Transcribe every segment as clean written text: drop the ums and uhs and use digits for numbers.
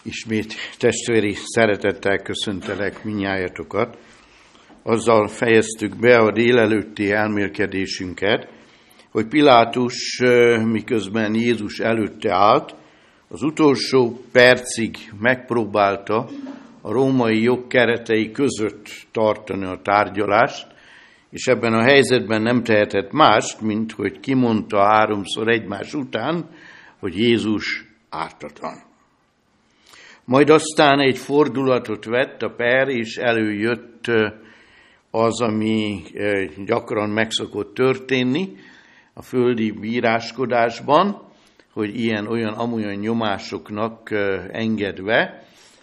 Ismét testvéri szeretettel köszöntelek mindnyájatokat. Azzal fejeztük be a délelőtti elmélkedésünket, hogy Pilátus miközben Jézus előtte állt, az utolsó percig megpróbálta a római jog keretei között tartani a tárgyalást, és ebben a helyzetben nem tehetett mást, mint hogy kimondta háromszor egymás után, hogy Jézus ártatlan. Majd aztán egy fordulatot vett a per, és előjött az, ami gyakran meg szokott történni a földi bíráskodásban, hogy ilyen-olyan amolyan nyomásoknak engedve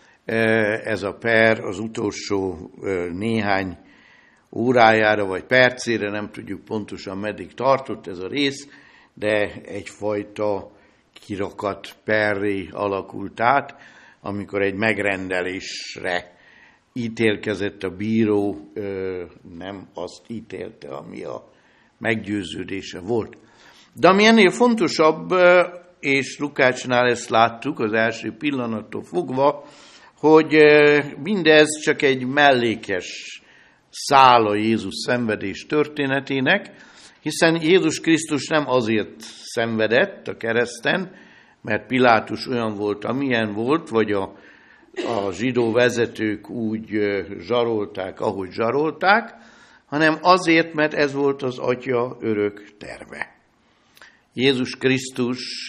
ez a per az utolsó néhány órájára vagy percére, nem tudjuk pontosan meddig tartott ez a rész, de egyfajta kirakat perré alakult át, amikor egy megrendelésre ítélkezett a bíró, nem azt ítélte, ami a meggyőződése volt. De ami ennél fontosabb, és Lukácsnál ezt láttuk az első pillanattól fogva, hogy mindez csak egy mellékes szála Jézus szenvedés történetének, hiszen Jézus Krisztus nem azért szenvedett a kereszten, mert Pilátus olyan volt, amilyen volt, vagy a zsidó vezetők úgy zsarolták, ahogy zsarolták, hanem azért, mert ez volt az Atya örök terve. Jézus Krisztus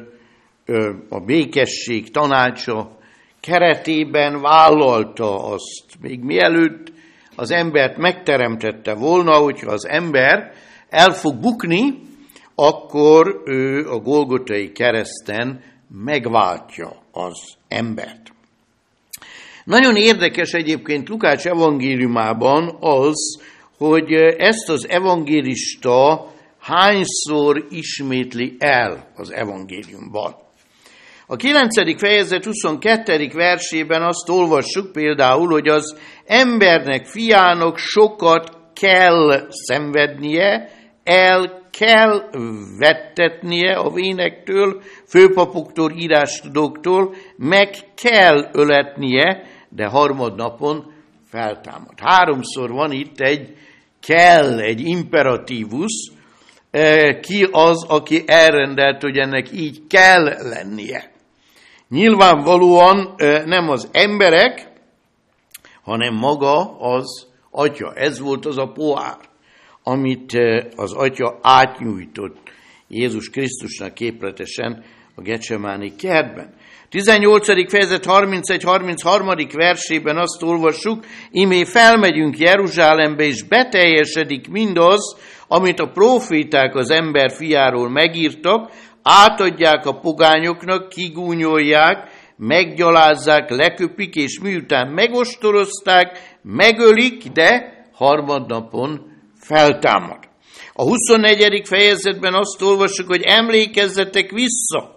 a békesség tanácsa keretében vállalta azt, még mielőtt az embert megteremtette volna, hogyha az ember el fog bukni, akkor ő a Golgotai kereszten megváltja az embert. Nagyon érdekes egyébként Lukács evangéliumában az, hogy ezt az evangélista hányszor ismétli el az evangéliumban. A 9. fejezet 22. versében azt olvassuk például, hogy az embernek, fiának sokat kell szenvednie, el kell vettetnie a vénektől, főpapoktól, írástudóktól, meg kell öletnie, de harmadnapon feltámad. Háromszor van itt egy kell, egy imperatívus, ki az, aki elrendelt, hogy ennek így kell lennie. Nyilvánvalóan nem az emberek, hanem maga az Atya. Ez volt az a pohár, amit az Atya átnyújtott Jézus Krisztusnak képletesen a Getsemáni kertben. 18. fejezet 31-33. versében azt olvassuk, imé felmegyünk Jeruzsálembe, és beteljesedik mindaz, amit a próféták az ember fiáról megírtak, átadják a pogányoknak, kigúnyolják, meggyalázzák, leköpik, és miután megostorozták, megölik, de harmadnapon feltámad. A 24. fejezetben azt olvassuk, hogy emlékezzetek vissza.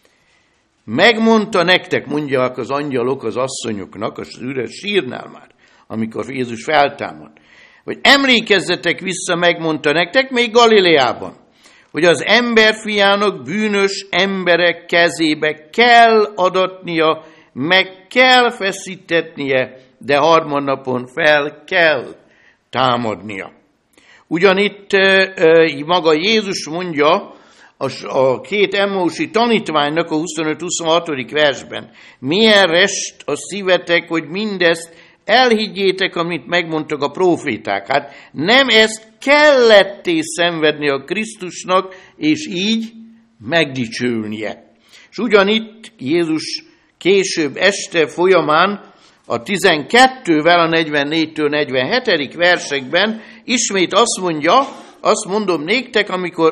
Megmondta nektek, mondják az angyalok az asszonyoknak, az üres sírnál már, amikor Jézus feltámad, hogy emlékezzetek vissza, megmondta nektek, még Galileában, hogy az emberfiának bűnös emberek kezébe kell adatnia, meg kell feszítetnie, de harmadnapon fel kell támadnia. Ugyanitt maga Jézus mondja a két emmausi tanítványnak a 25-26. versben, milyen rest a szívetek, hogy mindezt elhiggyétek, amit megmondtak a próféták. Hát nem ezt kelletté szenvedni a Krisztusnak, és így megdicsülnie. És ugyanitt Jézus később este folyamán a 12-vel, a 44-től 47. versekben ismét azt mondom néktek,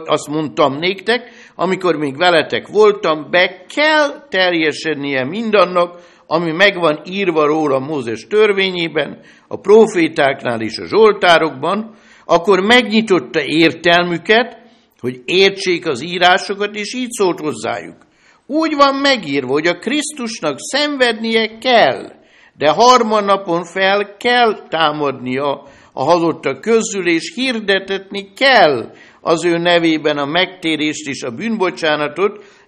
amikor még veletek voltam, be kell teljesednie mindannak, ami megvan írva róla Mózes törvényében, a prófétáknál és a zsoltárokban, akkor megnyitotta értelmüket, hogy értsék az írásokat, és így szólt hozzájuk. Úgy van megírva, hogy a Krisztusnak szenvednie kell, de harmadnapon fel kell támadnia a halottak közül, és hirdetetni kell az ő nevében a megtérést és a bűnbocsánatot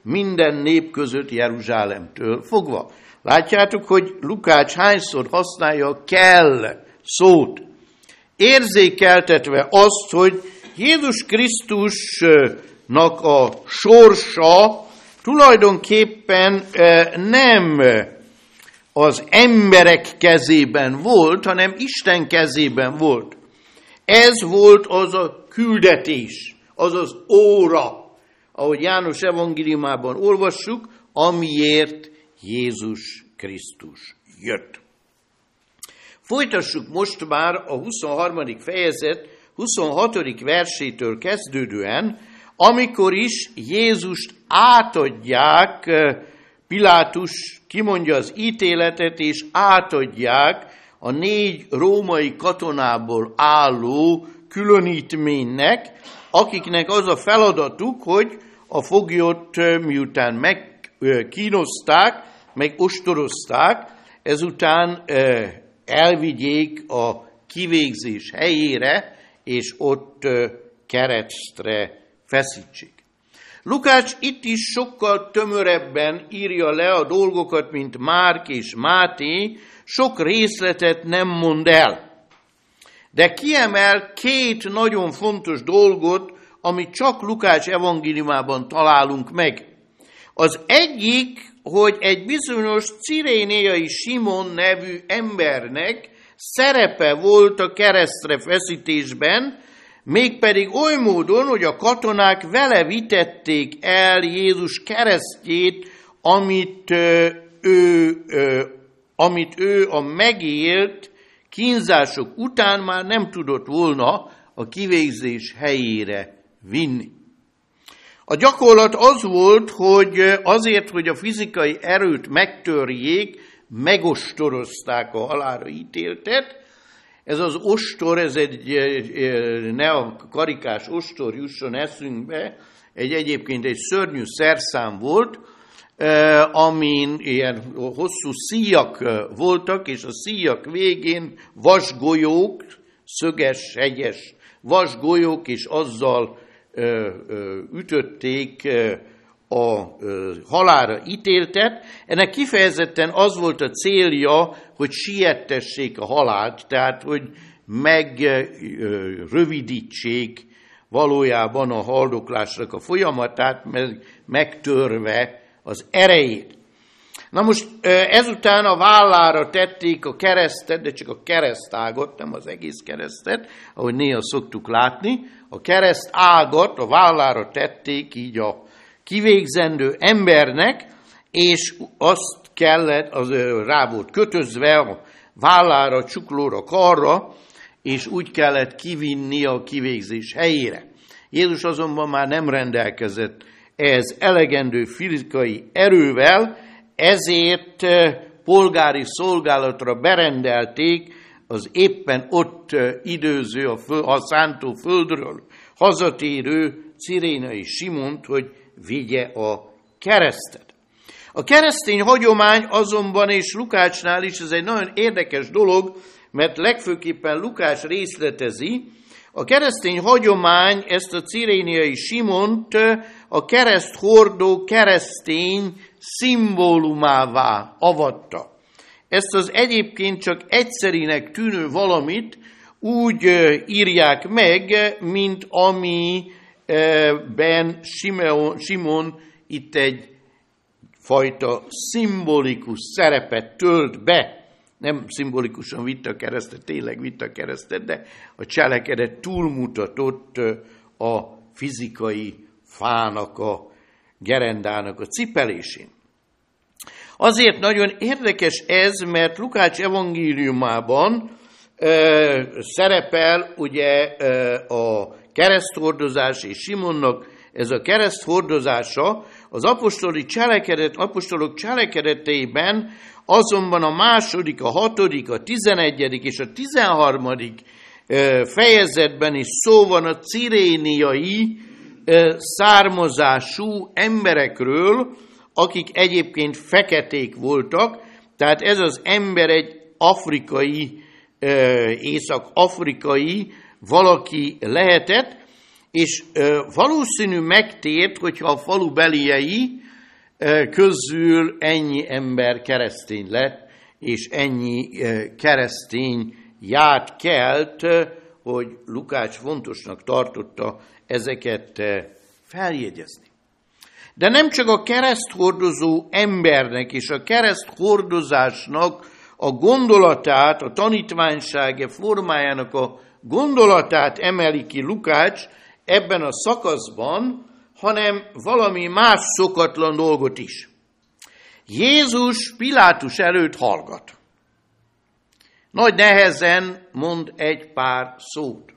minden nép között Jeruzsálemtől fogva. Látjátok, hogy Lukács hányszor használja a kell szót, érzékeltetve azt, hogy Jézus Krisztusnak a sorsa tulajdonképpen nem az emberek kezében volt, hanem Isten kezében volt. Ez volt az a küldetés, az az óra, ahogy János evangéliumában olvassuk, amiért Jézus Krisztus jött. Folytassuk most már a 23. fejezet 26. versétől kezdődően, amikor is Jézust átadják, Pilátus kimondja az ítéletet, és átadják a 4 római katonából álló különítménynek, akiknek az a feladatuk, hogy a foglyot miután megkínozták, meg ostorozták, ezután elvigyék a kivégzés helyére, és ott keresztre feszítsék. Lukács itt is sokkal tömörebben írja le a dolgokat, mint Márk és Máté, sok részletet nem mond el. De kiemel 2 nagyon fontos dolgot, amit csak Lukács evangéliumában találunk meg. Az egyik, hogy egy bizonyos ciréniai Simon nevű embernek szerepe volt a keresztre feszítésben, mégpedig oly módon, hogy a katonák vele vitették el Jézus keresztjét, amit ő a megélt kínzások után már nem tudott volna a kivégzés helyére vinni. A gyakorlat az volt, hogy azért, hogy a fizikai erőt megtörjék, megostorozták a halálra ítéltet. Ez az ostor, ne a karikás ostor jusson eszünkbe, egyébként egy szörnyű szerszám volt, amin ilyen hosszú szíjak voltak, és a szíjak végén vasgolyók, szöges, hegyes vasgolyók, és azzal ütötték a halálra ítéltet. Ennek kifejezetten az volt a célja, hogy siettessék a halált, tehát hogy megrövidítsék valójában a haldoklásnak a folyamatát, megtörve az erejét. Na most ezután a vállára tették a keresztet, de csak a keresztágat, nem az egész keresztet, ahogy néha szoktuk látni. A keresztágat a vállára tették így a kivégzendő embernek, és azt kellett, az rá volt kötözve a vállára, csuklóra, karra, és úgy kellett kivinni a kivégzés helyére. Jézus azonban már nem rendelkezett ehhez elegendő fizikai erővel, ezért polgári szolgálatra berendelték az éppen ott időző, a szántó földről hazatérő cirénai Simont, hogy vigye a keresztet. A keresztény hagyomány azonban, és Lukácsnál is ez egy nagyon érdekes dolog, mert legfőképpen Lukács részletezi, a keresztény hagyomány ezt a ciréniai Simont a kereszt hordó keresztény szimbólumává avatta. Ezt az egyébként csak egyszerinek tűnő valamit úgy írják meg, mint amiben Simon itt egy fajta szimbolikus szerepet tölt be. Nem szimbolikusan vitte a keresztet, tényleg vitte a keresztet, de a cselekedet túlmutatott a fizikai fának, a gerendának a cipelésén. Azért nagyon érdekes ez, mert Lukács evangéliumában szerepel ugye a kereszthordozás, és Simonnak ez a kereszthordozása az apostolok cselekedeteiben azonban a 2., a 6., a 11. és a 13. fejezetben is szó van a ciréniai származású emberekről, akik egyébként feketék voltak, tehát ez az ember egy afrikai, észak-afrikai valaki lehetett, és valószínű megtért, hogyha a falu beliei közül ennyi ember keresztény lett, és ennyi keresztény járt kelt, hogy Lukács fontosnak tartotta ezeket feljegyezni. De nem csak a kereszthordozó embernek és a kereszthordozásnak a gondolatát, a tanítványság formájának a gondolatát emeli ki Lukács ebben a szakaszban, hanem valami más szokatlan dolgot is. Jézus Pilátus előtt hallgat. Nagy nehezen mond egy pár szót.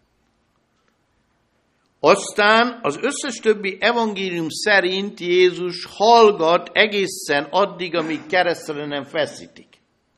Aztán az összes többi evangélium szerint Jézus hallgat egészen addig, amíg keresztre nem feszítik.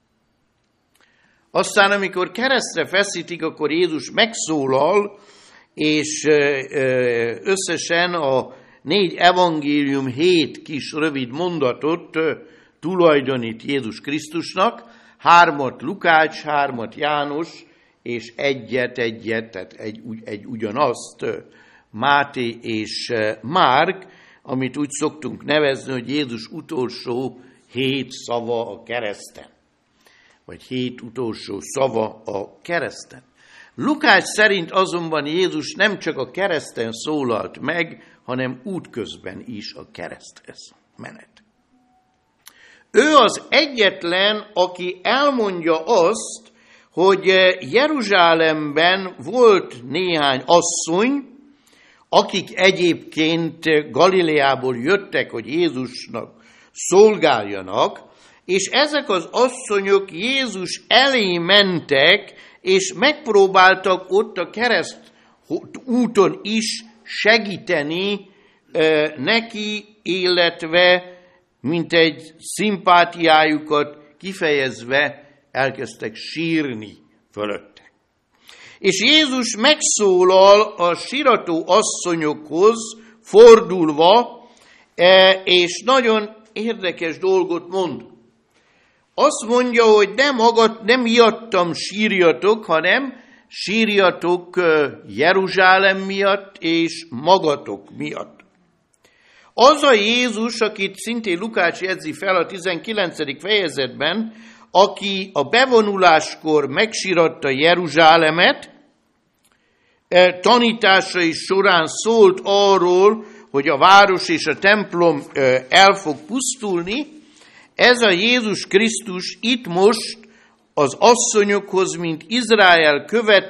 Aztán, amikor keresztre feszítik, akkor Jézus megszólal, és összesen a 4 evangélium 7 kis rövid mondatot tulajdonít Jézus Krisztusnak, 3 Lukács, 3 János, és egyet, tehát egy ugyanazt Máté és Márk, amit úgy szoktunk nevezni, hogy Jézus utolsó 7 szava a kereszten. Vagy 7 utolsó szava a kereszten. Lukács szerint azonban Jézus nem csak a kereszten szólalt meg, hanem útközben is a kereszthez menet. Ő az egyetlen, aki elmondja azt, hogy Jeruzsálemben volt néhány asszony, akik egyébként Galileából jöttek, hogy Jézusnak szolgáljanak, és ezek az asszonyok Jézus elé mentek, és megpróbáltak ott a kereszt úton is segíteni neki, illetve mint egy szimpátiájukat kifejezve elkezdtek sírni fölötte. És Jézus megszólal a sírató asszonyokhoz fordulva, és nagyon érdekes dolgot mond. Azt mondja, hogy nem miattam sírjatok, hanem sírjatok Jeruzsálem miatt és magatok miatt. Az a Jézus, akit szintén Lukács jegyzi fel a 19. fejezetben, aki a bevonuláskor megsíratta Jeruzsálemet, tanításai során szólt arról, hogy a város és a templom el fog pusztulni, ez a Jézus Krisztus itt most az asszonyokhoz, mint Izrael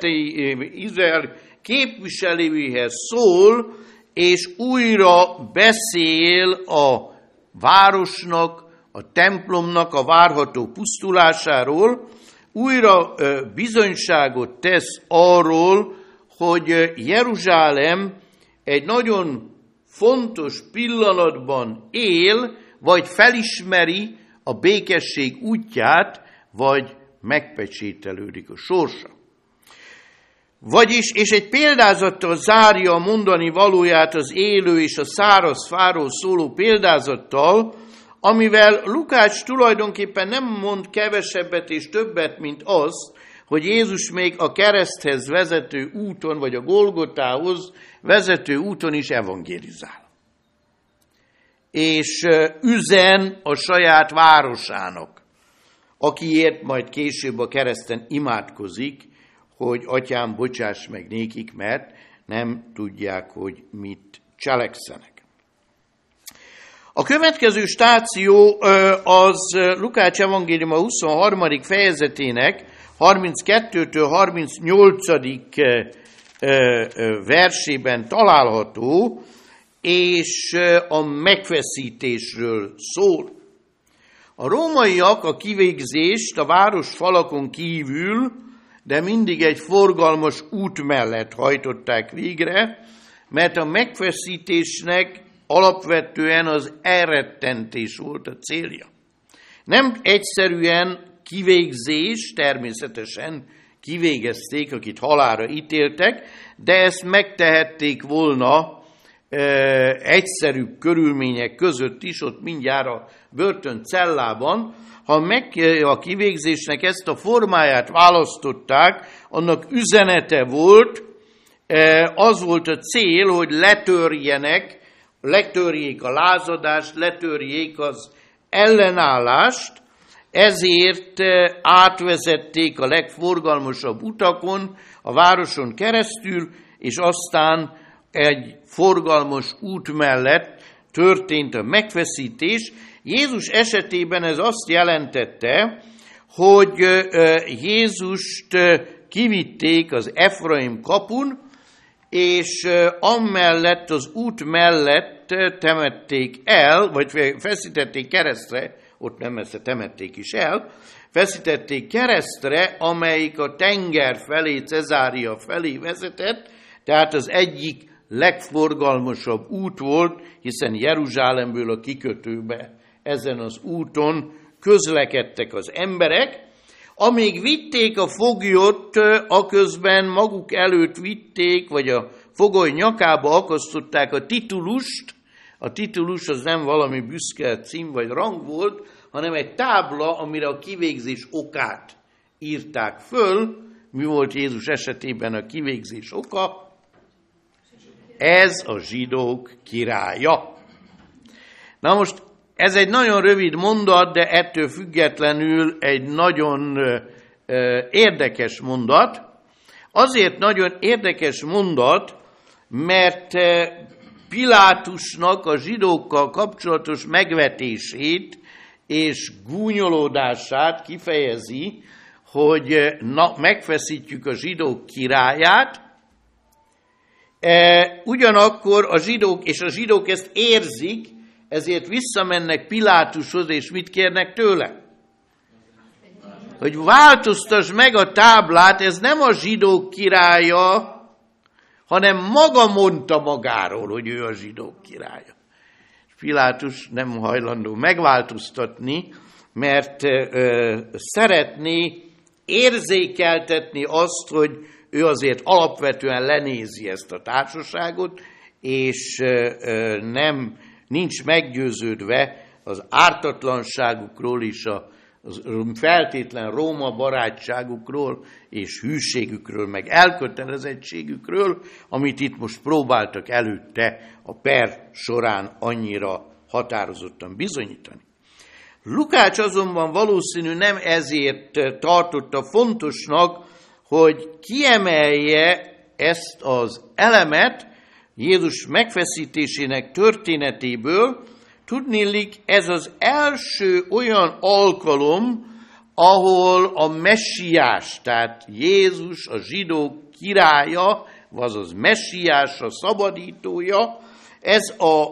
képviselőihez szól, és újra beszél a városnak, a templomnak a várható pusztulásáról, újra bizonyságot tesz arról, hogy Jeruzsálem egy nagyon fontos pillanatban él, vagy felismeri a békesség útját, vagy megpecsételődik a sorsa. Vagyis, és egy példázattal zárja a mondani valóját az élő és a száraz fáról szóló példázattal, amivel Lukács tulajdonképpen nem mond kevesebbet és többet, mint az, hogy Jézus még a kereszthez vezető úton, vagy a Golgotához vezető úton is evangélizál. És üzen a saját városának, akiért majd később a kereszten imádkozik, hogy Atyám, bocsáss meg nékik, mert nem tudják, hogy mit cselekszenek. A következő stáció az Lukács evangélium 23. fejezetének 32-től 38. versében található, és a megfeszítésről szól. A rómaiak a kivégzést a város falakon kívül, de mindig egy forgalmas út mellett hajtották végre, mert a megfeszítésnek alapvetően az elrettentés volt a célja. Nem egyszerűen kivégzés, természetesen kivégezték, akit halálra ítéltek, de ezt megtehették volna egyszerűbb körülmények között is, ott mindjárt a börtöncellában. Ha a kivégzésnek ezt a formáját választották, annak üzenete volt, az volt a cél, hogy letörjenek letörjék a lázadást, letörjék az ellenállást, ezért átvezették a legforgalmasabb utakon, a városon keresztül, és aztán egy forgalmas út mellett történt a megfeszítés. Jézus esetében ez azt jelentette, hogy Jézust kivitték az Efraim kapun, és amellett az út mellett temették el, vagy feszítették keresztre, ott nem messze temették is el, feszítették keresztre, amelyik a tenger felé, Cezária felé vezetett, tehát az egyik legforgalmasabb út volt, hiszen Jeruzsálemből a kikötőbe ezen az úton közlekedtek az emberek. Amíg vitték a foglyot, aközben maguk előtt vitték, vagy a fogoly nyakába akasztották a titulust. A titulus az nem valami büszke cím vagy rang volt, hanem egy tábla, amire a kivégzés okát írták föl. Mi volt Jézus esetében a kivégzés oka? Ez a zsidók királya. Na most ez egy nagyon rövid mondat, de ettől függetlenül egy nagyon érdekes mondat. Azért nagyon érdekes mondat, mert Pilátusnak a zsidókkal kapcsolatos megvetését és gúnyolódását kifejezi, hogy megfeszítjük a zsidók királyát, ugyanakkor a zsidók ezt érzik, ezért visszamennek Pilátushoz, és mit kérnek tőle? Hogy változtass meg a táblát, ez nem a zsidók királya, hanem maga mondta magáról, hogy ő a zsidók királya. Pilátus nem hajlandó megváltoztatni, mert szeretné érzékeltetni azt, hogy ő azért alapvetően lenézi ezt a társaságot, és nincs meggyőződve az ártatlanságukról és a feltétlen Róma barátságukról és hűségükről, meg elkötelezettségükről, amit itt most próbáltak előtte a per során annyira határozottan bizonyítani. Lukács azonban valószínű nem ezért tartotta fontosnak, hogy kiemelje ezt az elemet Jézus megfeszítésének történetéből. Tudniillik, ez az első olyan alkalom, ahol a messiás, tehát Jézus, a zsidók királya, azaz messiás, a szabadítója, ez a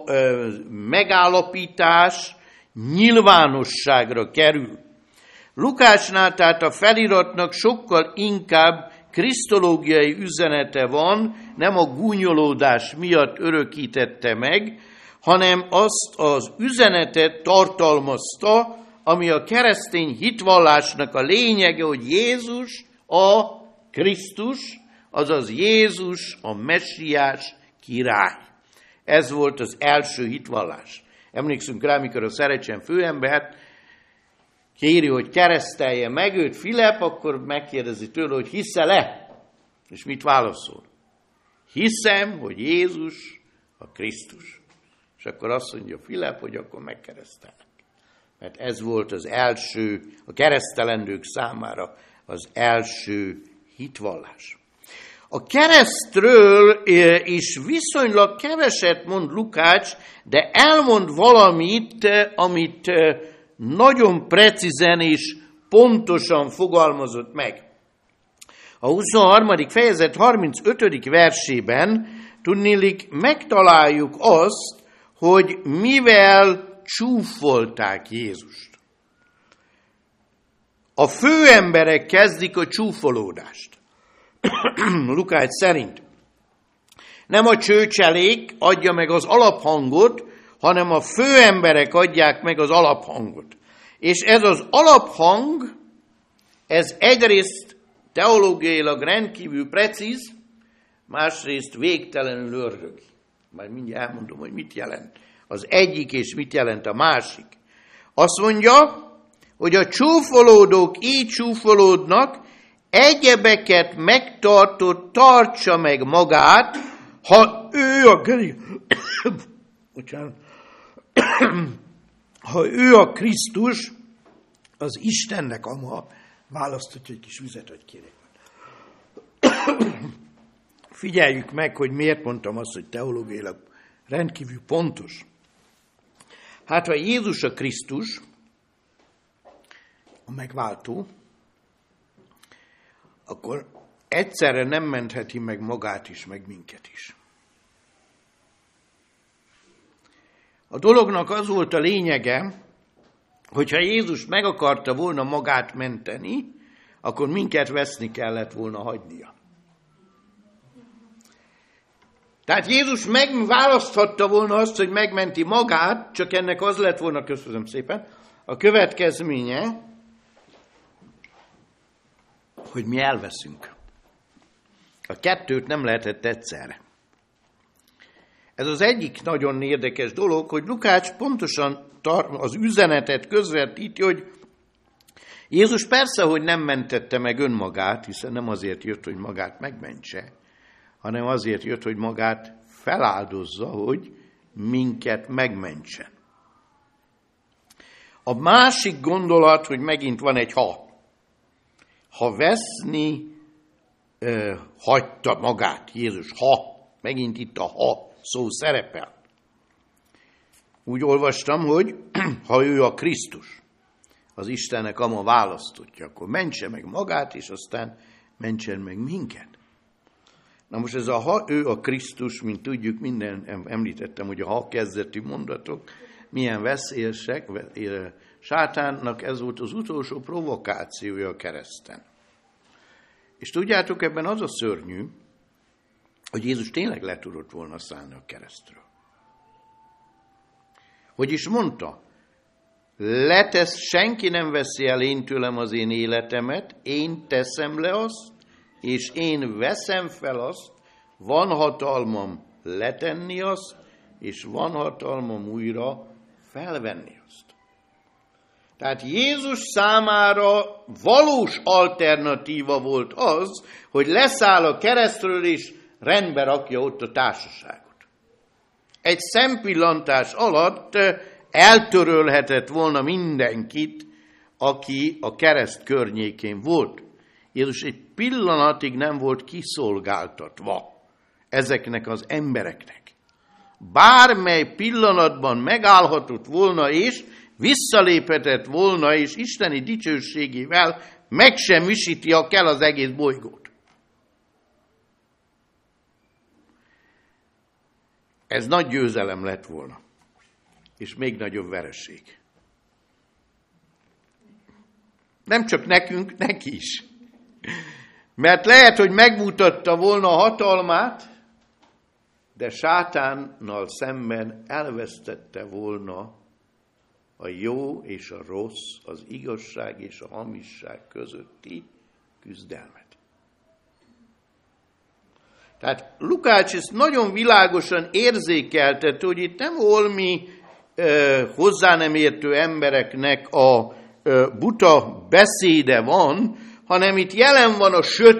megállapítás nyilvánosságra kerül. Lukácsnál tehát a feliratnak sokkal inkább krisztológiai üzenete van, nem a gúnyolódás miatt örökítette meg, hanem azt az üzenetet tartalmazta, ami a keresztény hitvallásnak a lényege, hogy Jézus a Krisztus, azaz Jézus a messiás király. Ez volt az első hitvallás. Emlékszünk rá, mikor a Szerecsen főembert kéri, hogy keresztelje meg őt Filip, akkor megkérdezi tőle, hogy hiszel-e? És mit válaszol? Hiszem, hogy Jézus a Krisztus. És akkor azt mondja Filip, hogy akkor megkeresztelnek. Mert ez volt az első, a keresztelendők számára az első hitvallás. A keresztről is viszonylag keveset mond Lukács, de elmond valamit, amit nagyon precízen és pontosan fogalmazott meg. A 23. fejezet 35. versében tudniillik megtaláljuk azt, hogy mivel csúfolták Jézust. A főemberek kezdik a csúfolódást. Lukács szerint nem a csőcselék adja meg az alaphangot, hanem a főemberek adják meg az alaphangot. És ez az alaphang, ez egyrészt teológiailag rendkívül precíz, másrészt végtelenül ördögi. Majd mindjárt elmondom, hogy mit jelent az egyik, és mit jelent a másik. Azt mondja, hogy a csúfolódók így csúfolódnak, egyebeket megtartott, tartsa meg magát, ha ő bocsánat, ha ő a Krisztus, az Istennek ama, választhatja egy kis vizet, hogy kérek. Figyeljük meg, hogy miért mondtam azt, hogy teológiailag rendkívül pontos. Hát, ha Jézus a Krisztus, a megváltó, akkor egyszerre nem mentheti meg magát is, meg minket is. A dolognak az volt a lényege, hogyha Jézus meg akarta volna magát menteni, akkor minket veszni kellett volna hagynia. Tehát Jézus megválaszthatta volna azt, hogy megmenti magát, csak ennek az lett volna, köszönöm szépen, a következménye, hogy mi elveszünk. A kettőt nem lehetett egyszerre. Ez az egyik nagyon érdekes dolog, hogy Lukács pontosan az üzenetet közvetíti, hogy Jézus persze, hogy nem mentette meg önmagát, hiszen nem azért jött, hogy magát megmentse, hanem azért jött, hogy magát feláldozza, hogy minket megmentsen. A másik gondolat, hogy megint van egy ha. Ha veszni hagyta magát Jézus, megint itt a ha szó szerepel. Úgy olvastam, hogy ha ő a Krisztus, az Istennek ama választottja, akkor mentse meg magát, és aztán mentsen meg minket. Na most ez a ha ő a Krisztus, mint tudjuk, említettem, hogy a ha kezdetű mondatok milyen veszélyesek, sátánnak ez volt az utolsó provokációja a kereszten. És tudjátok, ebben az a szörnyű, hogy Jézus tényleg le tudott volna szállni a keresztről. Hogy is mondta, senki nem veszi el én tőlem az én életemet, én teszem le azt, és én veszem fel azt, van hatalmam letenni azt, és van hatalmam újra felvenni azt. Tehát Jézus számára valós alternatíva volt az, hogy leszáll a keresztről, és rendbe rakja ott a társaságot. Egy szempillantás alatt eltörölhetett volna mindenkit, aki a kereszt környékén volt. Jézus egy pillanatig nem volt kiszolgáltatva ezeknek az embereknek. Bármely pillanatban megállhatott volna, és visszaléphetett volna, és isteni dicsőségével megsemmisíti, ha kell, az egész bolygót. Ez nagy győzelem lett volna, és még nagyobb vereség. Nem csak nekünk, neki is. Mert lehet, hogy megmutatta volna a hatalmát, de sátánnal szemben elvesztette volna a jó és a rossz, az igazság és a hamisság közötti küzdelmet. Tehát Lukács ezt nagyon világosan érzékeltette, hogy itt nem holmi hozzá nem értő embereknek a buta beszéde van, hanem itt jelen van a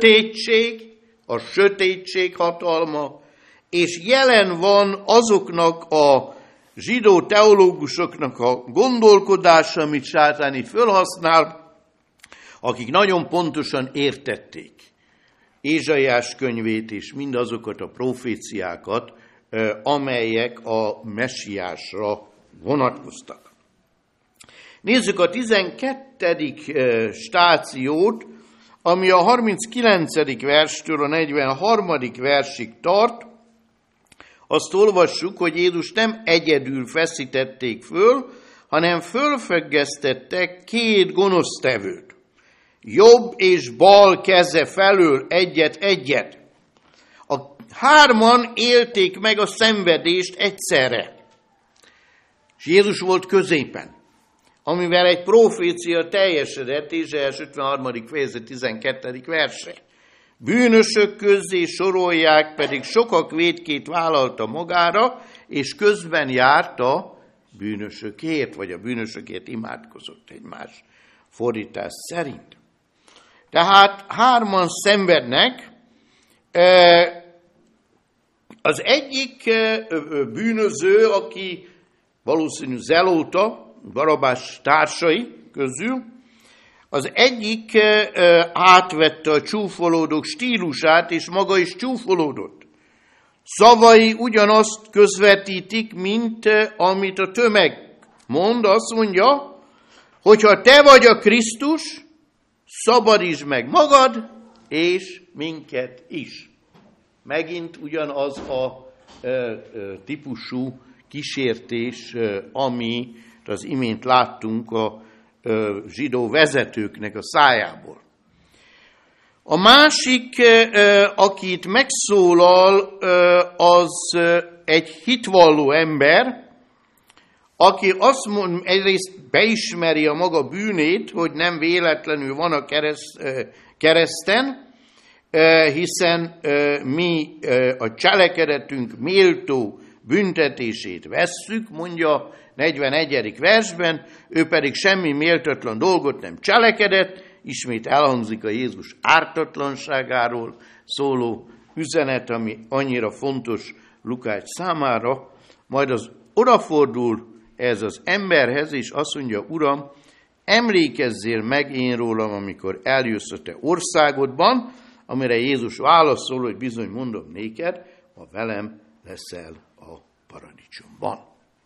sötétség hatalma, és jelen van azoknak a zsidó teológusoknak a gondolkodása, amit sátán itt fölhasznál, akik nagyon pontosan értették Ézsaiás könyvét és mindazokat a proféciákat, amelyek a messiásra vonatkoztak. Nézzük a 12. stációt, ami a 39. verstől a 43. versig tart. Azt olvassuk, hogy Jézus nem egyedül feszítették föl, hanem fölfüggesztettek két gonosztevőt. Jobb és bal keze felől egyet-egyet. A hárman élték meg a szenvedést egyszerre. És Jézus volt középen, amivel egy profécia teljesedett, Ézsaiás 53. fejezet 12. verse. Bűnösök közzé sorolják, pedig sokak vétkét vállalta magára, és közben járt a bűnösökért, vagy a bűnösökért imádkozott egy más fordítás szerint. Tehát hárman szenvednek, Az egyik bűnöző, aki valószínű zelóta, Barabás társai közül, az egyik átvette a csúfolódók stílusát, és maga is csúfolódott. Szavai ugyanazt közvetítik, mint amit a tömeg mond. Azt mondja, hogyha te vagy a Krisztus, szabadítsd meg magad, és minket is. Megint ugyanaz a típusú kísértés, amit az imént láttunk a zsidó vezetőknek a szájából. A másik, aki itt megszólal, az egy hitvalló ember, aki azt mond, egyrészt beismeri a maga bűnét, hogy nem véletlenül van a kereszten, hiszen mi a cselekedetünk méltó büntetését vesszük, mondja 41. versben, ő pedig semmi méltatlan dolgot nem cselekedett, ismét elhangzik a Jézus ártatlanságáról szóló üzenet, ami annyira fontos Lukács számára, majd az odafordul ez az emberhez, és azt mondja, Uram, emlékezzél meg én rólam, amikor eljössz a te országodban, amire Jézus válaszol, hogy bizony mondom néked, ha velem leszel a paradicsomban.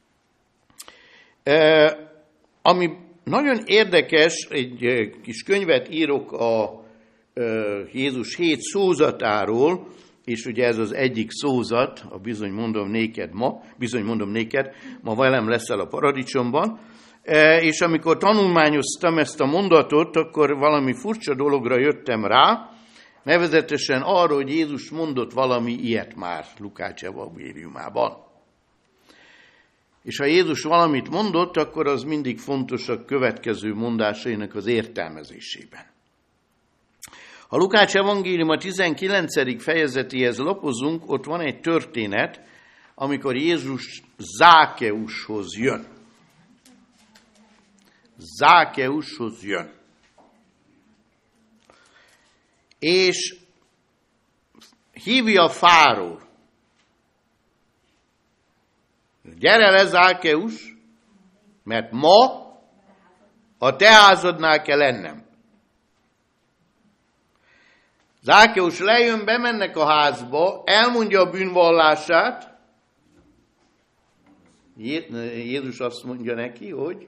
Ami nagyon érdekes, egy kis könyvet írok a Jézus 7 szózatáról, és ugye ez az egyik szózat, a bizony mondom néked, ma velem leszel a paradicsomban, és amikor tanulmányoztam ezt a mondatot, akkor valami furcsa dologra jöttem rá, nevezetesen arra, hogy Jézus mondott valami ilyet már Lukács evangéliumában. És ha Jézus valamit mondott, akkor az mindig fontos a következő mondásainak az értelmezésében. Ha Lukács evangéliuma 19. fejezetéhez lapozunk, ott van egy történet, amikor Jézus Zákeushoz jön. Zákeushoz jön. És hívja fáról. Gyere le, Zákeus, mert ma a te házadnál kell lennem. Zákeus lejön, bemennek a házba, elmondja a bűnvallását. Jézus azt mondja neki, hogy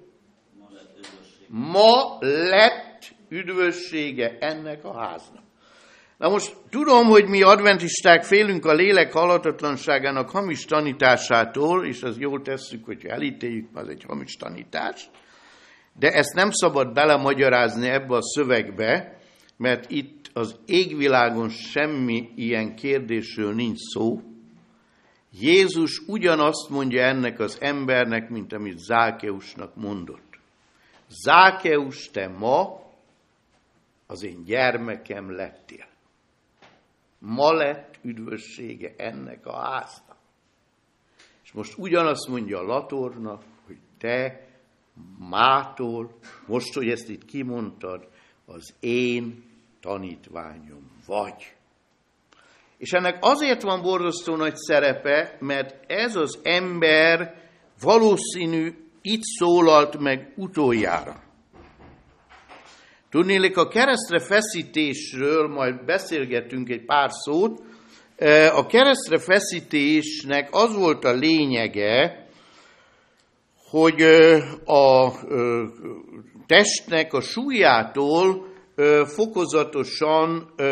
ma lett üdvössége ennek a háznak. Na most tudom, hogy mi adventisták félünk a lélek halhatatlanságának hamis tanításától, és az jól tesszük, hogy elítéljük, az egy hamis tanítás, de ezt nem szabad belemagyarázni ebbe a szövegbe, mert itt az égvilágon semmi ilyen kérdésről nincs szó. Jézus ugyanazt mondja ennek az embernek, mint amit Zákeusnak mondott. Zákeus, te ma az én gyermekem lettél. Ma lett üdvössége ennek a háznak. És most ugyanazt mondja a latornak, hogy te mától, most, hogy ezt itt kimondtad, az én tanítványom vagy. És ennek azért van borzasztó nagy szerepe, mert ez az ember valószínű itt szólalt meg utoljára. Tudnélik, a keresztre feszítésről majd beszélgetünk egy pár szót. A keresztre feszítésnek az volt a lényege, hogy a testnek a súlyától fokozatosan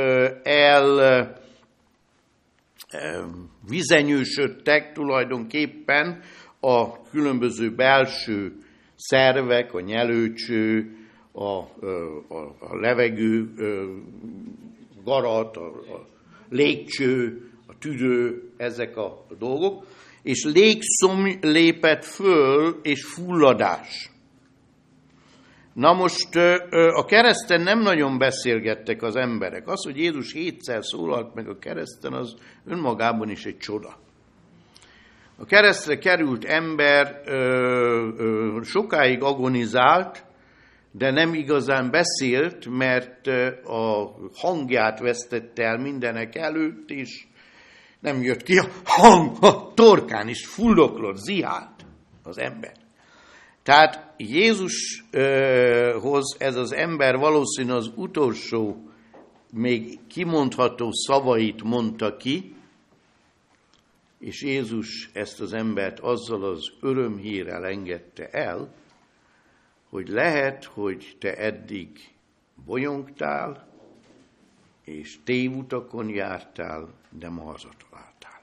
vizenyősödtek tulajdonképpen a különböző belső szervek, a nyelőcső, a levegő garat, a légcső, a tüdő, ezek a dolgok, és légszomj lépett föl, és fulladás. Na most a kereszten nem nagyon beszélgettek az emberek. Az, hogy Jézus 7-szer szólalt meg a kereszten, az önmagában is egy csoda. A keresztre került ember sokáig agonizált, de nem igazán beszélt, mert a hangját vesztette el mindenek előtt, és Nem jött ki a hang, a torkán is fuldoklott, zihált az ember. Tehát Jézushoz ez az ember valószínű az utolsó, még kimondható szavait mondta ki, és Jézus ezt az embert azzal az örömhírrel engedte el, hogy lehet, hogy te eddig bolyongtál, és tévutakon jártál, de ma hazataláltál.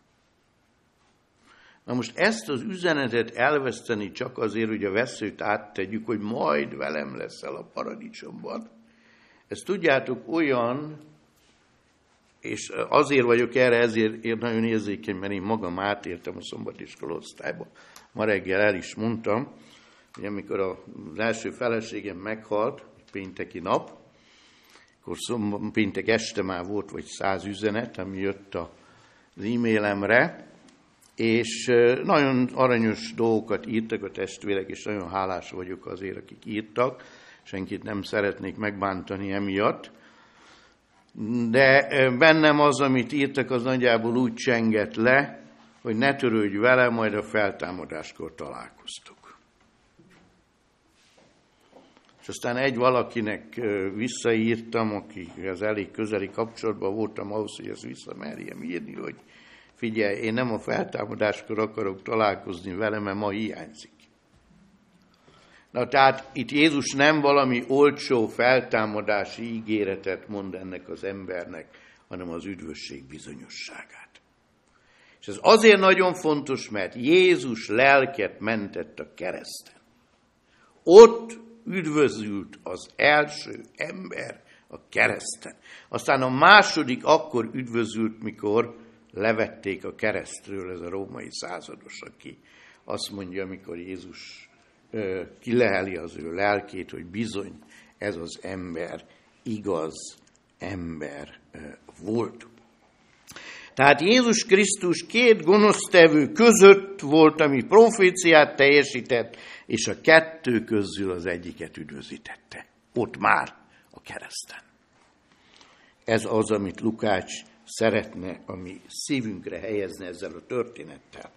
Na most ezt az üzenetet elveszteni csak azért, hogy a veszőt áttegyük, hogy majd velem leszel a paradicsomban. Ezt tudjátok olyan, és azért vagyok erre, ezért nagyon érzékeny, mert én magam átértem a szombatiskola osztályba. Ma reggel el is mondtam, hogy amikor az első feleségem meghalt, pénteki nap, akkor péntek este már volt vagy 100 üzenet, ami jött az e-mailemre, és nagyon aranyos dolgokat írtak a testvérek, és nagyon hálás vagyok azért, akik írtak. Senkit nem szeretnék megbántani emiatt. De bennem az, amit írtak, az nagyjából úgy csengett le, hogy ne törődj vele, majd a feltámadáskor találkoztuk. És aztán egy valakinek visszaírtam, akihez elég közeli kapcsolatban voltam ahhoz, hogy ezt visszamerjem írni, hogy figyelj, én nem a feltámadáskor akarok találkozni vele, mert ma hiányzik. Na tehát itt Jézus nem valami olcsó feltámadási ígéretet mond ennek az embernek, hanem az üdvösség bizonyosságát. És ez azért nagyon fontos, mert Jézus lelket mentett a kereszten. Ott üdvözült az első ember a kereszten. Aztán a második akkor üdvözült, mikor levették a keresztről, ez a római százados, aki azt mondja, amikor Jézus kileheli az ő lelkét, hogy bizony ez az ember igaz ember volt. Tehát Jézus Krisztus két gonosztevő között volt, ami proféciát teljesített, és a kettő közül az egyiket üdvözítette. Ott már a kereszten. Ez az, amit Lukács szeretne a mi szívünkre helyezni ezzel a történettel.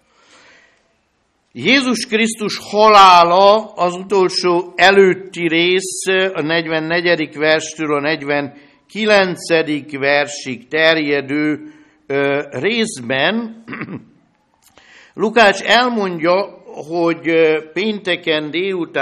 Jézus Krisztus halála az utolsó előtti rész, a 44. verstől a 49. versig terjedő részben Lukács elmondja, hogy pénteken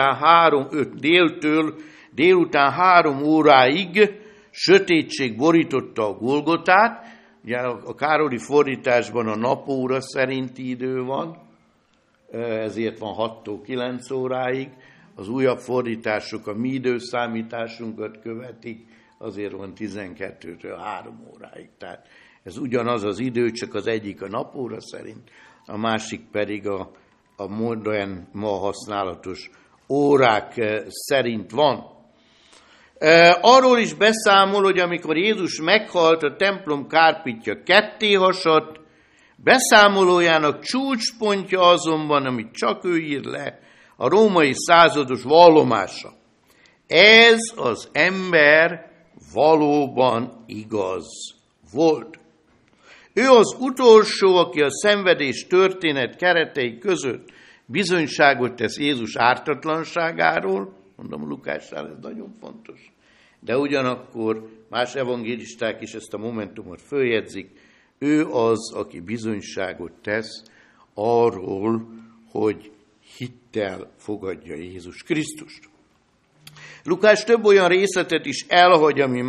délután 3 óráig sötétség borította a Golgotát. Ugye a Károli fordításban a napóra szerinti idő van, ezért van 6-tól 9 óráig. Az újabb fordítások a mi időszámításunkat követik, azért van 12-től 3 óráig. Tehát ez ugyanaz az idő, csak az egyik a napóra szerint, a másik pedig a modern, ma használatos órák szerint van. Arról is beszámol, hogy amikor Jézus meghalt, a templom kárpitja ketté hasadt, beszámolójának csúcspontja azonban, amit csak ő ír le, a római százados vallomása. Ez az ember valóban igaz volt. Ő az utolsó, aki a szenvedés történet keretei között bizonyságot tesz Jézus ártatlanságáról, mondom Lukácsnál, ez nagyon fontos, de ugyanakkor más evangélisták is ezt a momentumot följegyzik, ő az, aki bizonyságot tesz arról, hogy hittel fogadja Jézus Krisztust. Lukács több olyan részletet is elhagy, amit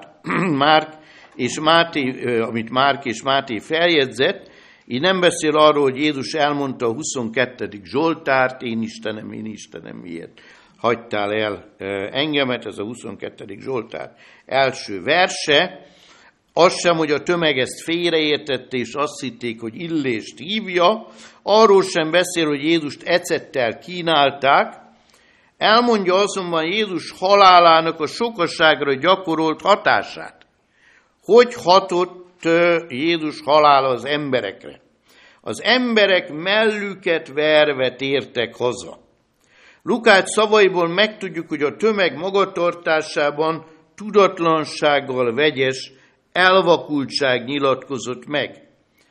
Márk és Máté feljegyzett, így nem beszél arról, hogy Jézus elmondta a 22. Zsoltárt, én Istenem, miért hagytál el engemet, ez a 22. Zsoltár első verse, az sem, hogy a tömeg ezt félreértette, és azt hitték, hogy Illést hívja, arról sem beszél, hogy Jézust ecettel kínálták, elmondja azonban Jézus halálának a sokaságra gyakorolt hatását. Hogy hatott Jézus halála az emberekre? Az emberek mellüket verve tértek haza. Lukács szavaiból megtudjuk, hogy a tömeg magatartásában tudatlansággal vegyes elvakultság nyilatkozott meg.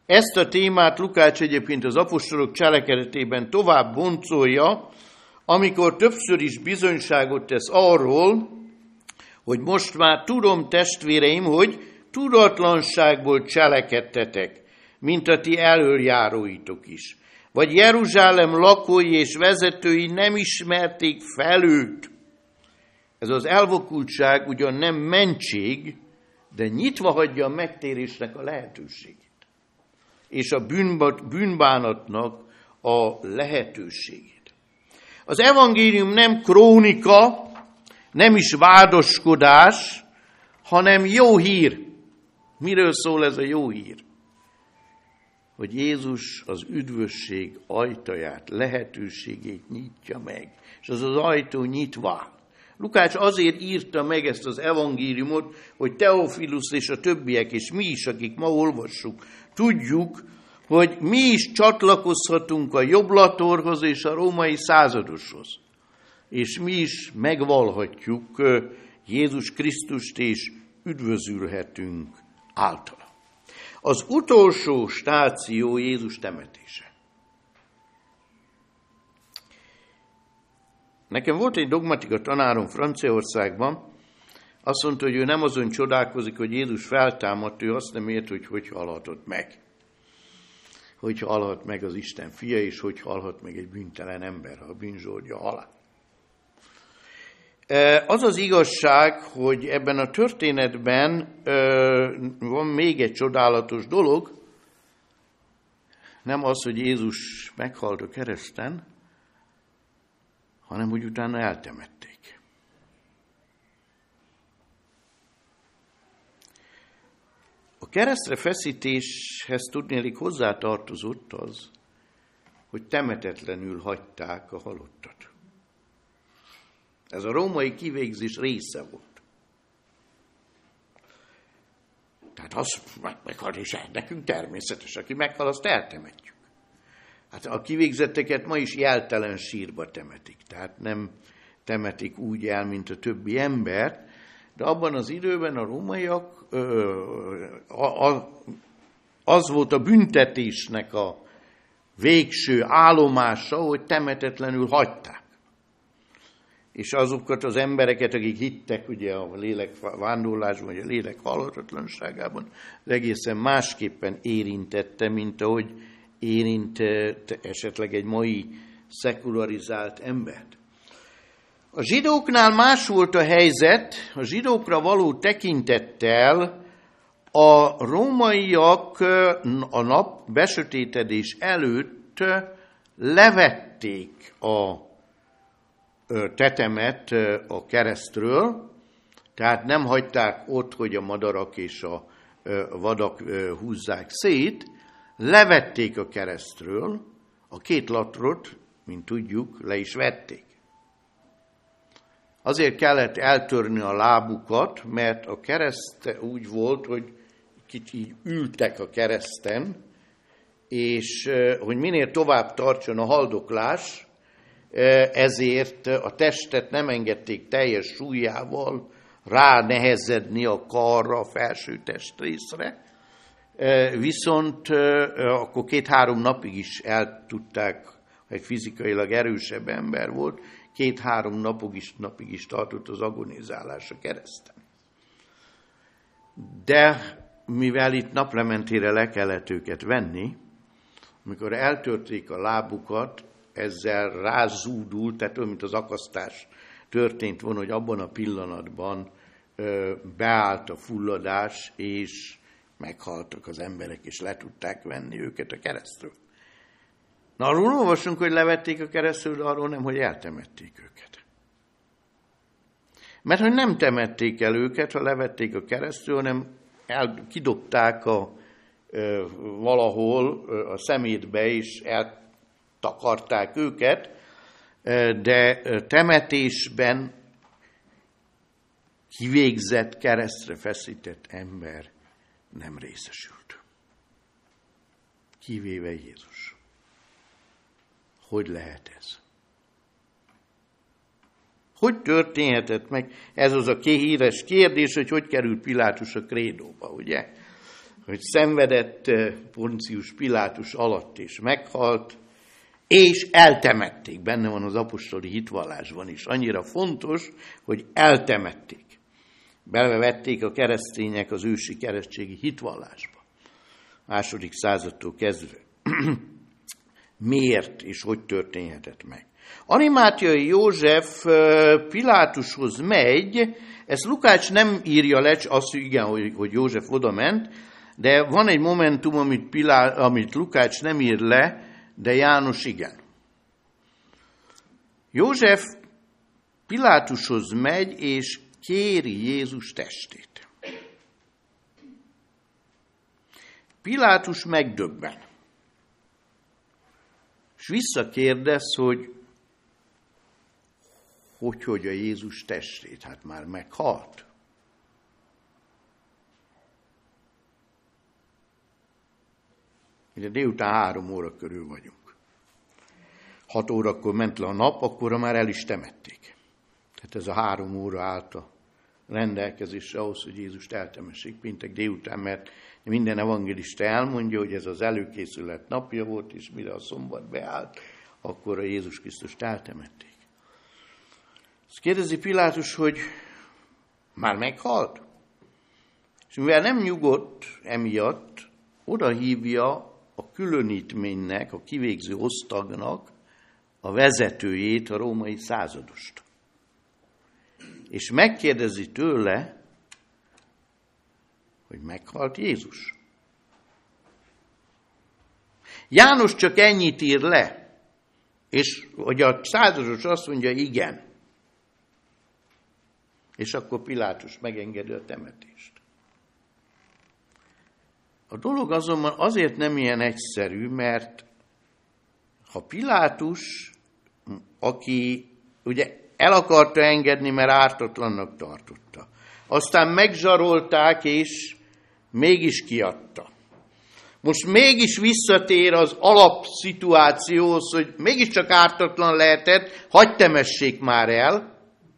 Ezt a témát Lukács egyébként az apostolok cselekedetében tovább boncolja, amikor többször is bizonyságot tesz arról, hogy most már tudom, testvéreim, hogy tudatlanságból cselekedtetek, mint a ti elöljáróitok is. Vagy Jeruzsálem lakói és vezetői nem ismerték fel őt. Ez az elvakultság ugyan nem mentség, de nyitva hagyja a megtérésnek a lehetőségét. És a bűnbánatnak a lehetőségét. Az evangélium nem krónika, nem is vádoskodás, hanem jó hír. Miről szól ez a jó hír? Hogy Jézus az üdvösség ajtaját, lehetőségét nyitja meg. És az az ajtó nyitva áll. Lukács azért írta meg ezt az evangéliumot, hogy Teofilus és a többiek, és mi is, akik ma olvassuk, tudjuk, hogy mi is csatlakozhatunk a jobblatorhoz és a római századoshoz. És mi is megvalhatjuk Jézus Krisztust, és üdvözülhetünk általa. Az utolsó stáció Jézus temetése. Nekem volt egy dogmatika tanárom Franciaországban, azt mondta, hogy ő nem azon csodálkozik, hogy Jézus feltámadt, ő azt nem ért, hogy halhatott meg. Hogy halhat meg az Isten fia, és hogy halhat meg egy bűntelen ember, ha a bűnzsordja halál. Az az igazság, hogy ebben a történetben van még egy csodálatos dolog, nem az, hogy Jézus meghalt a kereszten, hanem hogy utána eltemették. A keresztre feszítéshez tudnélik hozzátartozott az, hogy temetetlenül hagyták a halottat. Ez a római kivégzés része volt. Tehát az meghal, és nekünk természetes, aki meghal, azt eltemetjük. Hát a kivégzetteket ma is jeltelen sírba temetik, tehát nem temetik úgy el, mint a többi embert, de abban az időben a rómaiak, az volt a büntetésnek a végső állomása, hogy temetetlenül hagyták. És azokat az embereket, akik hittek ugye a lélek vándorlásban, vagy a lélek halhatatlanságában, az egészen másképpen érintette, mint ahogy érint esetleg egy mai szekularizált embert. A zsidóknál más volt a helyzet, a zsidókra való tekintettel a rómaiak a nap besötétedés előtt levették a tetemet a keresztről, tehát nem hagyták ott, hogy a madarak és a vadak húzzák szét, levették a keresztről, a két latrot, mint tudjuk, le is vették. Azért kellett eltörni a lábukat, mert a kereszt úgy volt, hogy kicsit ültek a kereszten, és hogy minél tovább tartson a haldoklás, ezért a testet nem engedték teljes súlyával ránehezedni a karra, a felső testrészre, viszont akkor 2-3 napig is el tudták, ha egy fizikailag erősebb ember volt, 2-3 napig is tartott az agonizálás a kereszten. De mivel itt naplementére le kellett őket venni, amikor eltörték a lábukat, ezzel rázúdult, tehát olyan, mint az akasztás történt volna, hogy abban a pillanatban beállt a fulladás, és meghaltak az emberek, és le tudták venni őket a keresztről. Na, arról olvasunk, hogy levették a keresztről, de arról nem, hogy eltemették őket. Mert hogy nem temették el őket, ha levették a keresztről, hanem kidobták valahol a szemétbe, és eltakarták őket, de temetésben kivégzett, keresztre feszített ember nem részesült. Kivéve Jézus. Hogy lehet ez? Hogy történhetett meg? Ez az a híres kérdés, hogy került Pilátus a krédóba, ugye? hogy szenvedett Poncius Pilátus alatt, és meghalt, és eltemették. Benne van az apostoli hitvallásban is. Annyira fontos, hogy eltemették. Belevették a keresztények az ősi keresztségi hitvallásba. II. Századtól kezdve. Miért és hogy történhetett meg? Arimátiai József Pilátushoz megy, ezt Lukács nem írja le, azt igen, hogy József oda ment, de van egy momentum, amit Lukács nem ír le, de János igen. József Pilátushoz megy, és kéri Jézus testét. Pilátus megdöbben. És visszakérdez, hogy a Jézus testét, hát már meghalt. Ugye délután 3 óra körül vagyunk. 6 órakor ment le a nap, akkorra már el is temették. Tehát ez a 3 óra állt a rendelkezésre ahhoz, hogy Jézust eltemessék péntek délután, mert minden evangélista elmondja, hogy ez az előkészület napja volt, és mire a szombat beállt, akkor a Jézus Krisztust eltemették. Azt kérdezi Pilátus, hogy már meghalt? És mivel nem nyugodt emiatt, oda hívja a különítménynek, a kivégző osztagnak a vezetőjét, a római századost. És megkérdezi tőle, hogy meghalt Jézus. János csak ennyit ír le, és hogy a százados azt mondja, igen. És akkor Pilátus megengedi a temetést. A dolog azonban azért nem ilyen egyszerű, mert ha Pilátus, aki ugye el akarta engedni, mert ártatlannak tartotta, aztán megzsarolták, és mégis kiadta. Most mégis visszatér az alapszituációhoz, hogy mégiscsak ártatlan lehetett, hadd temessék már el,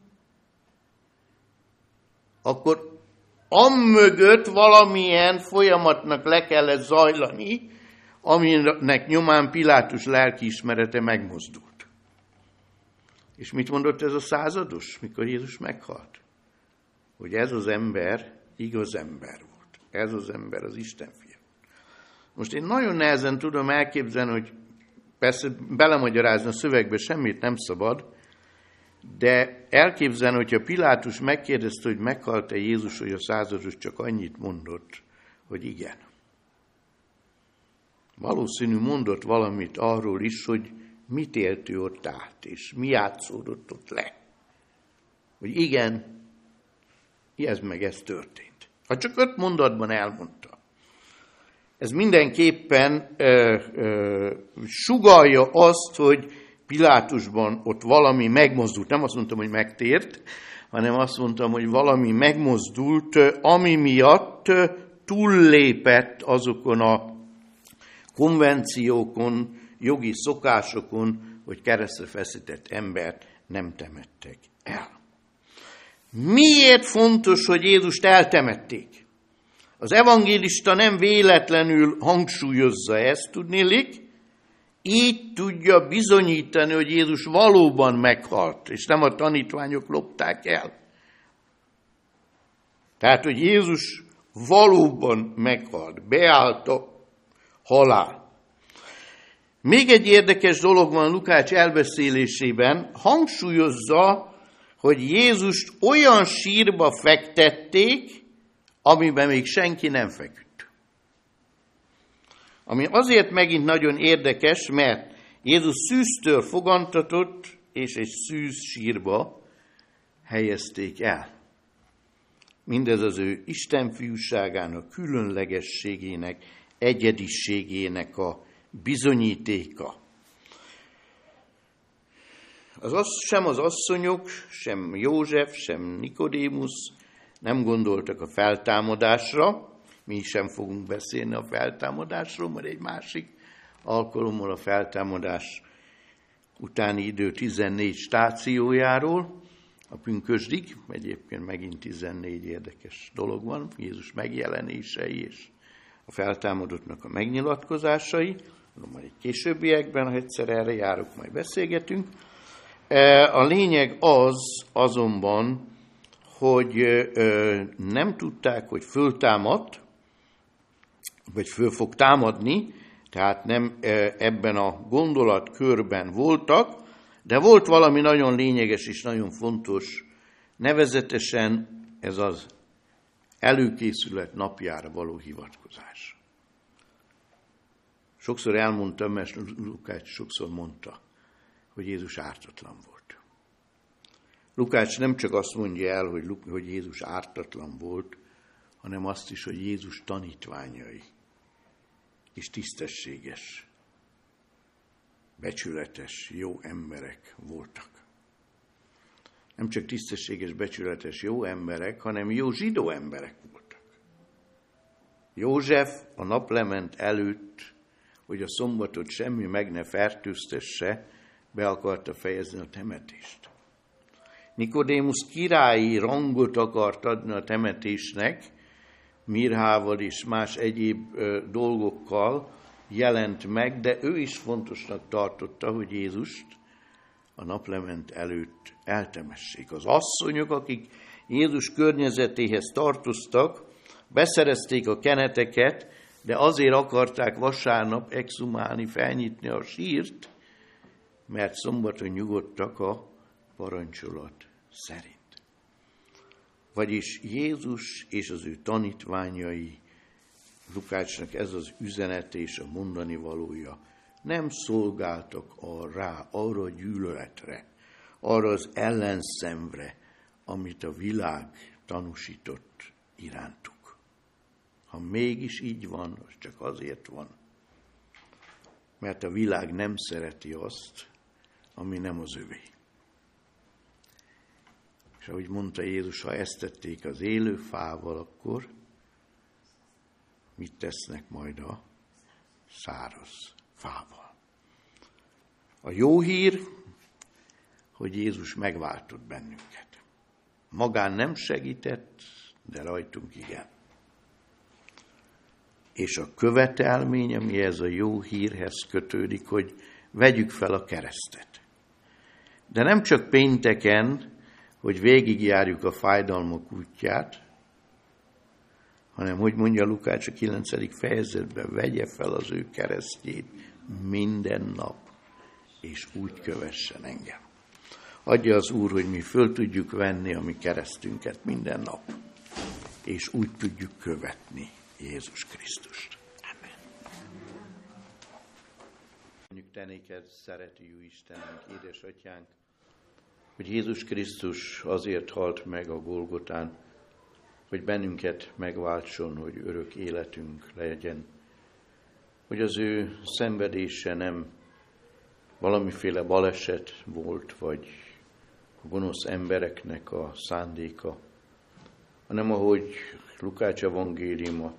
akkor amögött valamilyen folyamatnak le kellett zajlani, aminek nyomán Pilátus lelkiismerete megmozdult. És mit mondott ez a százados, mikor Jézus meghalt? Hogy ez az ember igaz ember volt. Ez az ember az Isten fia. Most én nagyon nehezen tudom elképzelni, hogy persze belemagyarázni a szövegbe semmit nem szabad, de elképzelni, hogyha Pilátus megkérdezte, hogy meghalt-e Jézus, hogy a százados csak annyit mondott, hogy igen. Valószínű mondott valamit arról is, hogy mit élt ő ott át, és mi játszódott ott le. Hogy igen, ez történt. Ha csak 5 mondatban elmondta. Ez mindenképpen sugallja azt, hogy Pilátusban ott valami megmozdult. Nem azt mondtam, hogy megtért, hanem azt mondtam, hogy valami megmozdult, ami miatt túllépett azokon a konvenciókon, jogi szokásokon, hogy keresztre feszített embert nem temettek el. Miért fontos, hogy Jézust eltemették? Az evangélista nem véletlenül hangsúlyozza ezt, tudnélik, így tudja bizonyítani, hogy Jézus valóban meghalt, és nem a tanítványok lopták el. Tehát, hogy Jézus valóban meghalt, beállt a halál. Még egy érdekes dolog van Lukács elbeszélésében, hangsúlyozza, hogy Jézust olyan sírba fektették, amiben még senki nem feküdt. Ami azért megint nagyon érdekes, mert Jézus szűztől fogantatott, és egy szűz sírba helyezték el. Mindez az ő istenfiúságának, különlegességének, egyediségének a bizonyítéka. Sem az asszonyok, sem József, sem Nikodémusz nem gondoltak a feltámadásra. Mi sem fogunk beszélni a feltámadásról, mert egy másik alkalommal a feltámadás utáni idő 14 stációjáról, a pünkösdig, egyébként megint 14 érdekes dolog van, Jézus megjelenései és a feltámadottnak a megnyilatkozásai, majd egy későbbiekben, ha egyszer erre járok, majd beszélgetünk. A lényeg az azonban, hogy nem tudták, hogy föltámadt, vagy föl fog támadni, tehát nem ebben a gondolatkörben voltak, de volt valami nagyon lényeges és nagyon fontos, nevezetesen ez az előkészület napjára való hivatkozás. Sokszor elmondtam, mert Lukács sokszor mondta, hogy Jézus ártatlan volt. Lukács nem csak azt mondja el, hogy Jézus ártatlan volt, hanem azt is, hogy Jézus tanítványai és tisztességes, becsületes, jó emberek voltak. Nem csak tisztességes, becsületes, jó emberek, hanem jó zsidó emberek voltak. József a naplement előtt, hogy a szombatot semmi meg ne fertőztesse, be akarta fejezni a temetést. Nikodémusz királyi rangot akart adni a temetésnek, mirhával és más egyéb dolgokkal jelent meg, de ő is fontosnak tartotta, hogy Jézust a naplement előtt eltemessék. Az asszonyok, akik Jézus környezetéhez tartoztak, beszerezték a keneteket, de azért akarták vasárnap exhumálni, felnyitni a sírt, mert szombaton nyugodtak a parancsolat szerint. Vagyis Jézus és az ő tanítványai, Lukácsnak ez az üzenet és a mondani valója, nem szolgáltak arra a gyűlöletre, arra az ellenszemre, amit a világ tanúsított irántuk. Ha mégis így van, az csak azért van, mert a világ nem szereti azt, ami nem az övé. És ahogy mondta Jézus, ha ezt tették az élő fával, akkor mit tesznek majd a száraz fával? A jó hír, hogy Jézus megváltott bennünket. Magán nem segített, de rajtunk igen. És a követelmény, ami ez a jó hírhez kötődik, hogy vegyük fel a keresztet. De nem csak pénteken, hogy végigjárjuk a fájdalmak útját, hanem, hogy mondja Lukács a 9. fejezetben, vegye fel az ő keresztjét minden nap, és úgy kövessen engem. Adja az Úr, hogy mi föl tudjuk venni a mi keresztünket minden nap, és úgy tudjuk követni Jézus Krisztust. Amen. Köszönjük te néked, szerető jó Istenünk, édesatyánk, hogy Jézus Krisztus azért halt meg a Golgotán, hogy bennünket megváltson, hogy örök életünk legyen. Hogy az ő szenvedése nem valamiféle baleset volt, vagy a gonosz embereknek a szándéka, hanem ahogy Lukács evangéliuma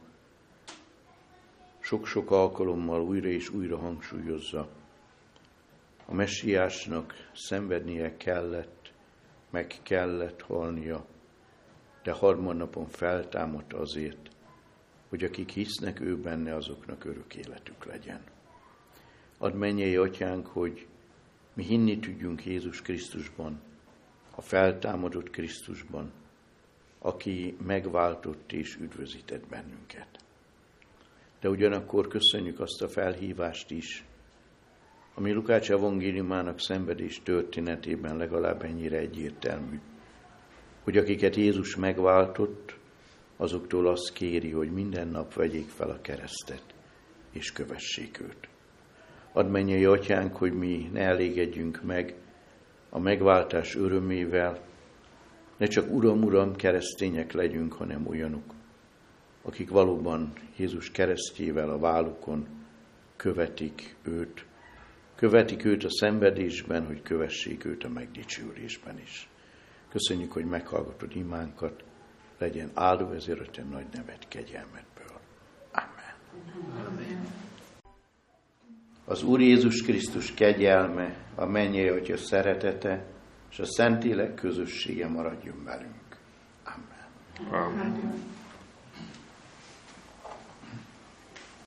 sok-sok alkalommal újra és újra hangsúlyozza, a messiásnak szenvednie kellett, meg kellett halnia, de harmadnapon feltámadt azért, hogy akik hisznek ő benne, azoknak örök életük legyen. Add mennyei atyánk, hogy mi hinni tudjunk Jézus Krisztusban, a feltámadott Krisztusban, aki megváltott és üdvözített bennünket. De ugyanakkor köszönjük azt a felhívást is, ami Lukács evangéliumának szenvedés történetében legalább ennyire egyértelmű, hogy akiket Jézus megváltott, azoktól azt kéri, hogy minden nap vegyék fel a keresztet, és kövessék őt. Add mennyei atyánk, hogy mi ne elégedjünk meg a megváltás örömével, ne csak Uram, Uram, keresztények legyünk, hanem olyanok, akik valóban Jézus keresztjével a vállukon követik őt a szenvedésben, hogy kövessék őt a megdicsőülésben is. Köszönjük, hogy meghallgatod imánkat, legyen áldó ezért a te nagy neved kegyelmedből. Amen. Amen. Az Úr Jézus Krisztus kegyelme, a mennyei Atya szeretete, és a Szentlélek közössége maradjon velünk. Amen. Amen.